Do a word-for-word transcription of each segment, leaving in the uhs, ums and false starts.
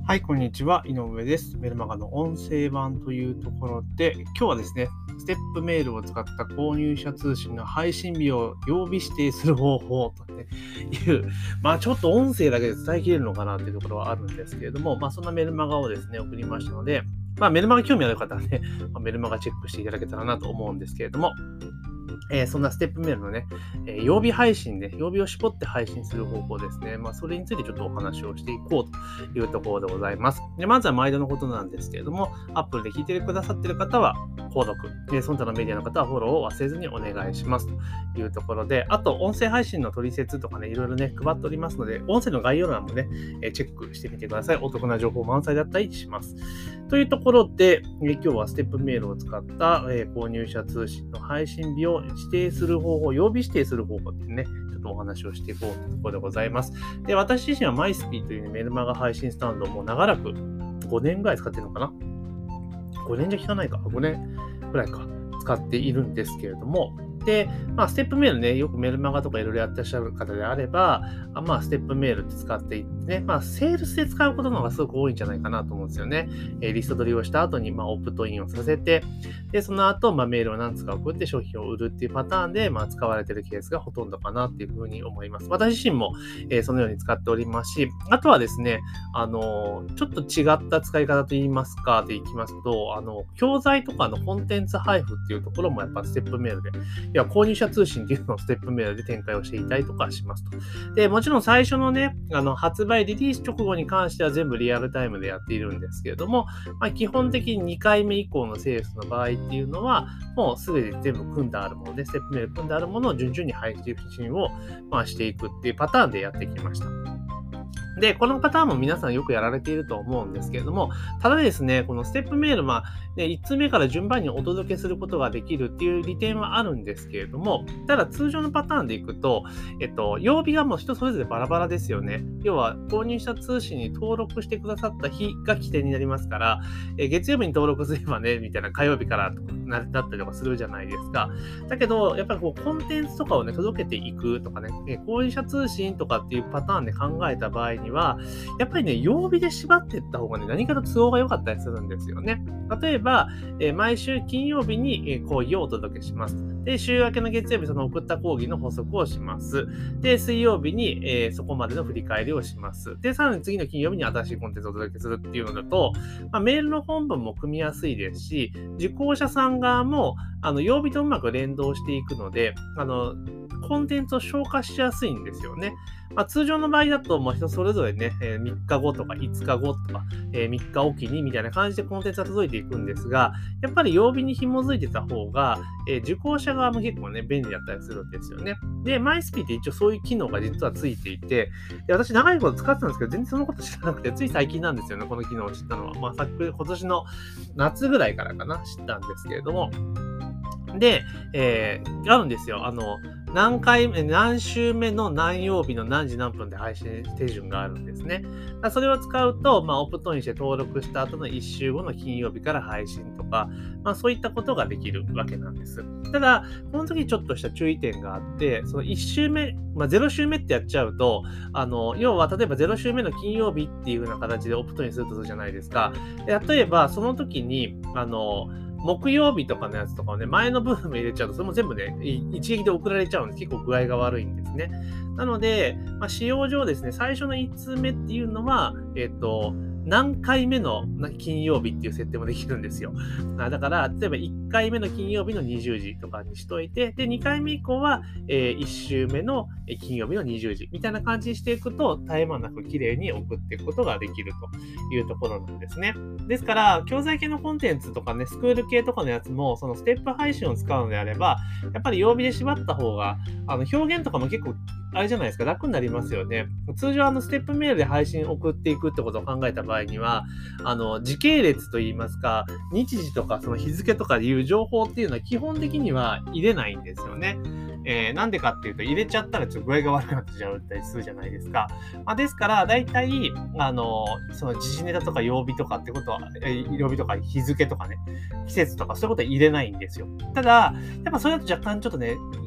はい、こんにちは。井上です。メルマガの音声版というところで、今日はですね、ステップメールを使った購入者通信の配信日を曜日指定する方法と、ね、いう、まあちょっと音声だけで伝えきれるのかなというところはあるんですけれども、まあそんなメルマガをですね、送りましたので、まあメルマガ興味ある方はね、メルマガチェックしていただけたらなと思うんですけれども、えー、そんなステップメールのね、えー、曜日配信で、曜日を絞って配信する方法ですね。まあ、それについてちょっとお話をしていこうというところでございます。でまずは毎度のことなんですけれども、Apple で聞いてくださっている方は、購読、でその他のメディアの方はフォローを忘れずにお願いしますというところで、あと、音声配信の取説とかね、いろいろね、配っておりますので、音声の概要欄もね、えー、チェックしてみてください。お得な情報満載だったりします。というところで、えー、今日はステップメールを使った、えー、購入者通信の配信日を指定する方法、曜日指定する方法ってね、ちょっとお話をしていこうというところでございます。で、私自身はマイスピーという、ね、メルマガ配信スタンドをもう長らくごねんぐらい使ってるのかな ?ご 年じゃ効かないか ?ご 年ぐらいか使っているんですけれども、で、まあ、ステップメールね、よくメルマガとかいろいろやってらっしゃる方であれば、あまあ、ステップメールって使っていってね、まあ、セールスで使うことの方がすごく多いんじゃないかなと思うんですよね。えー、リスト取りをした後に、まあ、オプトインをさせて、で、その後、まあ、メールを何つか送って商品を売るっていうパターンで、まあ、使われているケースがほとんどかなっていうふうに思います。私自身も、えー、そのように使っておりますし、あとはですね、あのー、ちょっと違った使い方といいますか、でいきますと、あの、教材とかのコンテンツ配布っていうところもやっぱステップメールで、いや、購入者通信っていうのをステップメールで展開をしていたりとかしますと。で、もちろん最初のね、あの、発売リリース直後に関しては全部リアルタイムでやっているんですけれども、まあ、基本的ににかいめ以降のセールスの場合っていうのは、もうすでに全部組んであるもので、ステップメール組んであるものを順々に配信を、まあ、していくっていうパターンでやってきました。で、このパターンも皆さんよくやられていると思うんですけれども、ただですね、このステップメール、まあ、ね、いちつめから順番にお届けすることができるっていう利点はあるんですけれども、ただ通常のパターンでいくと、えっと、曜日がもう人それぞれバラバラですよね。要は、購入者通信に登録してくださった日が起点になりますから、え月曜日に登録すればね、みたいな火曜日からなだったりとかするじゃないですか。だけど、やっぱりこう、コンテンツとかをね、届けていくとかね、購入者通信とかっていうパターンで考えた場合には、やっぱりね、曜日で縛っていった方がね、何かと都合が良かったりするんですよね。例えば、えー、毎週金曜日に、えー、講義をお届けします。で、週明けの月曜日、その送った講義の補足をします。で、水曜日に、えー、そこまでの振り返りをします。で、さらに次の金曜日に新しいコンテンツをお届けするっていうのだと、まあ、メールの本文も組みやすいですし、受講者さん側も、あの、曜日とうまく連動していくので、あの、コンテンツを消化しやすいんですよね。まあ、通常の場合だと、もう人それぞれね、えー、みっかごとかいつかごとか、えー、みっかおきにみたいな感じでコンテンツが届いていくんですが、やっぱり曜日に紐づいてた方が、えー、受講者側も結構ね、便利だったりするんですよね。で、マイスピーって一応そういう機能が実はついていて、で私長いこと使ってたんですけど、全然そのこと知らなくて、つい最近なんですよね、この機能を知ったのは。まあ、昨今年の夏ぐらいからかな、知ったんですけれども。で、えー、あるんですよ。あの、何回目、何週目の何曜日の何時何分で配信手順があるんですね。それを使うと、まあ、オプトインして登録した後のいっ週後の金曜日から配信とか、まあ、そういったことができるわけなんです。ただ、この時ちょっとした注意点があって、そのいち週目、まあ、ゼロ週目ってやっちゃうと、あの、要は、例えばゼロ週目の金曜日っていう風な形でオプトインするとするじゃないですか。で例えば、その時に、あの、木曜日とかのやつとかをね、前の部分も入れちゃうと、それも全部ね、一撃で送られちゃうんです。結構具合が悪いんですね。なので、まあ、使用上ですね、最初のいち通目っていうのは、えっと、何回目の金曜日っていう設定もできるんですよ。だから、例えばいっかいめの金曜日のにじゅうじとかにしといて、で、にかいめ以降は、えー、いち週目の金曜日のにじゅうじみたいな感じにしていくと、絶え間なく綺麗に送っていくことができるというところなんですね。ですから、教材系のコンテンツとかね、スクール系とかのやつも、そのステップ配信を使うのであれば、やっぱり曜日で縛った方が、あの表現とかも結構、あれじゃないですか、楽になりますよね。通常、あの、ステップメールで配信を送っていくってことを考えた場合には、あの、時系列といいますか、日時とかその日付とかいう情報っていうのは基本的には入れないんですよね。えー、なんでかっていうと、入れちゃったらちょっと具合が悪くなっちゃうったりするじゃないですか。まあ、ですから、だいたい、あの、その時事ネタとか曜日とかってことは、えー、曜日とか日付とかね、季節とかそういうことは入れないんですよ。ただ、やっぱそれだと若干ちょっとね、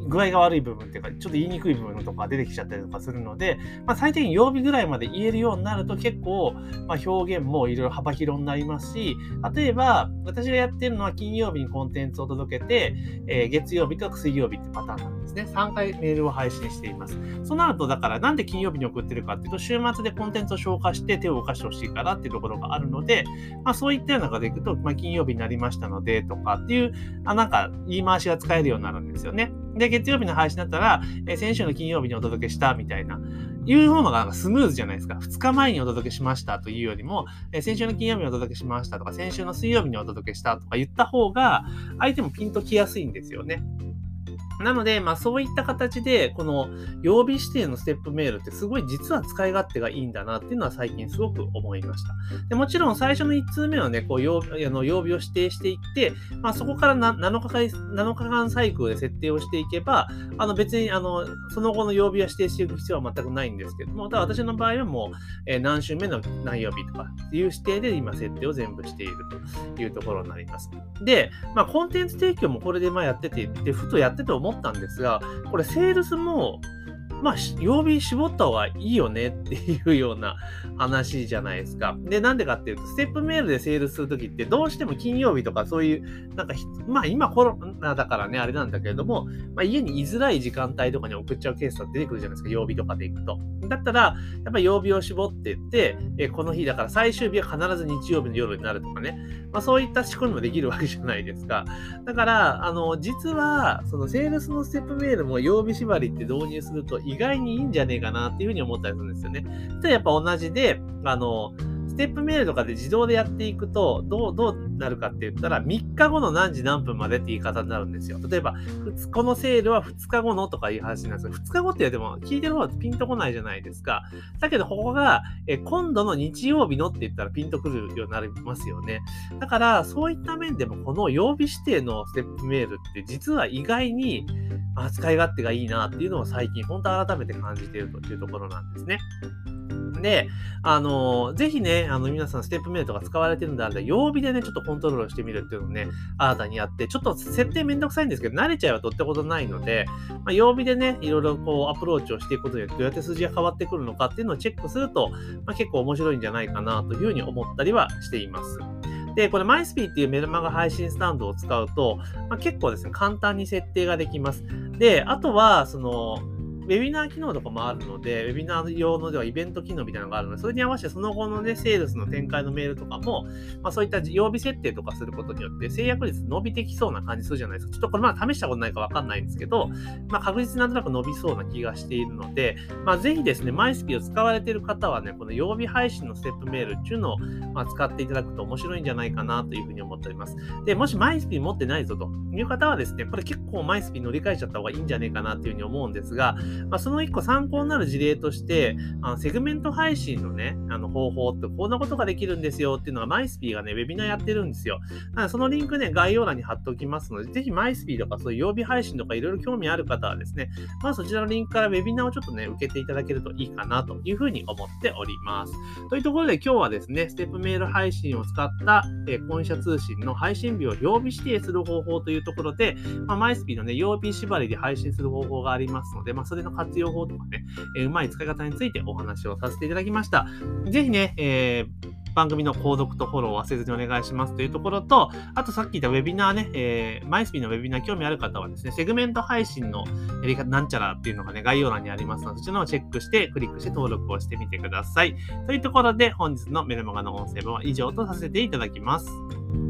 具合が悪い部分っていうか、ちょっと言いにくい部分とか出てきちゃったりとかするので、まあ、最低限曜日ぐらいまで言えるようになると結構、まあ、表現もいろいろ幅広になりますし、例えば私がやってるのは金曜日にコンテンツを届けて、えー、月曜日と水曜日ってパターンなんですね。さんかいメールを配信しています。そうなると、だからなんで金曜日に送ってるかっていうと、週末でコンテンツを消化して手を動かしてほしいからっていうところがあるので、まあ、そういったような中でいくと、まあ、金曜日になりましたのでとかっていう、あなんか言い回しが使えるようになるんですよね。で、月曜日の配信だったら、えー、先週の金曜日にお届けしたみたいな、いう方がなんかスムーズじゃないですか。ふつかまえにお届けしましたというよりも、えー、先週の金曜日にお届けしましたとか、先週の水曜日にお届けしたとか言った方が、相手もピンときやすいんですよね。なので、まあそういった形で、この曜日指定のステップメールってすごい実は使い勝手がいいんだなっていうのは最近すごく思いました。でもちろん最初のいっ通目はね、こう曜日、あの曜日を指定していって、まあそこからななのかかん、なのかかんサイクルで設定をしていけば、あの別にあのその後の曜日は指定していく必要は全くないんですけども、ただ私の場合はもう、えー、何週目の何曜日とかっていう指定で今設定を全部しているというところになります。で、まあコンテンツ提供もこれでまあやってて、で、ふとやってて思ったんですが、これセールスもまあ曜日絞った方がいいよねっていうような話じゃないですか。で、なんでかっていうと、ステップメールでセールスするときってどうしても金曜日とかそういう、なんか、まあ今コロナだからね、あれなんだけれども、まあ家に居づらい時間帯とかに送っちゃうケースが出てくるじゃないですか、曜日とかで行くと。だったら、やっぱり曜日を絞っていって、えこの日だから最終日は必ず日曜日の夜になるとかね、まあそういった仕組みもできるわけじゃないですか。だから、あの、実は、そのセールスのステップメールも曜日縛りって導入すると意外にいいんじゃねえかなっていうふうに思ったりするんですよね。それやっぱ同じで、あの、ステップメールとかで自動でやっていくと、どう、どうなるかって言ったら、みっかごの何時何分までって言い方になるんですよ。例えば、このセールはふつかごのとかいう話なんですけど、ふつかごって言っても聞いてる方はピンとこないじゃないですか。だけど、ここが、え今度の日曜日のって言ったらピンとくるようになりますよね。だから、そういった面でも、この曜日指定のステップメールって実は意外に使い勝手がいいなっていうのを最近、本当改めて感じているというところなんですね。で、あの、ぜひね、あの、皆さんステップメールとか使われてるんであれば、曜日でね、ちょっとコントロールしてみるっていうのをね、新たにやって、ちょっと設定めんどくさいんですけど、慣れちゃえばどってことないので、まあ、曜日でね、いろいろこう、アプローチをしていくことによって、どうやって数字が変わってくるのかっていうのをチェックすると、まあ、結構面白いんじゃないかなというふうに思ったりはしています。で、これ MySpi っていうメルマガ配信スタンドを使うと、まあ、結構ですね、簡単に設定ができます。で、あとは、その、ウェビナー機能とかもあるので、ウェビナー用のではイベント機能みたいなのがあるので、それに合わせてその後のね、セールスの展開のメールとかも、まあそういった曜日設定とかすることによって制約率伸びてきそうな感じするじゃないですか。ちょっとこれまだ試したことないかわかんないんですけど、まあ確実になんとなく伸びそうな気がしているので、まあぜひですね、MySpi を使われている方はね、この曜日配信のステップメールっていうのを、まあ、使っていただくと面白いんじゃないかなというふうに思っております。で、もし MySpi 持ってないぞという方はですね、これ結構 MySpi 乗り換えちゃった方がいいんじゃないかなというふうに思うんですが、まあその一個参考になる事例として、あのセグメント配信のね、あの方法ってこんなことができるんですよっていうのが MySpi がね、ウェビナーやってるんですよ。なのでそのリンクね、概要欄に貼っておきますので、ぜひ MySpi とかそういう曜日配信とかいろいろ興味ある方はですね、まずそちらのリンクからウェビナーをちょっとね、受けていただけるといいかなというふうに思っております。というところで今日はですね、ステップメール配信を使った、えー、本社通信の配信日を曜日指定する方法というところで、まあ、MySpi のね、曜日縛りで配信する方法がありますので、まあ、それの活用法とかね、えー、うまい使い方についてお話をさせていただきました。ぜひね、えー番組の購読とフォローを忘れずにお願いしますというところと、あとさっき言ったウェビナーね、えー、MySpi のウェビナー興味ある方はですね、セグメント配信のやり方なんちゃらっていうのがね、概要欄にありますので、そちらのをチェックして、クリックして登録をしてみてください。というところで、本日のメルマガの音声文は以上とさせていただきます。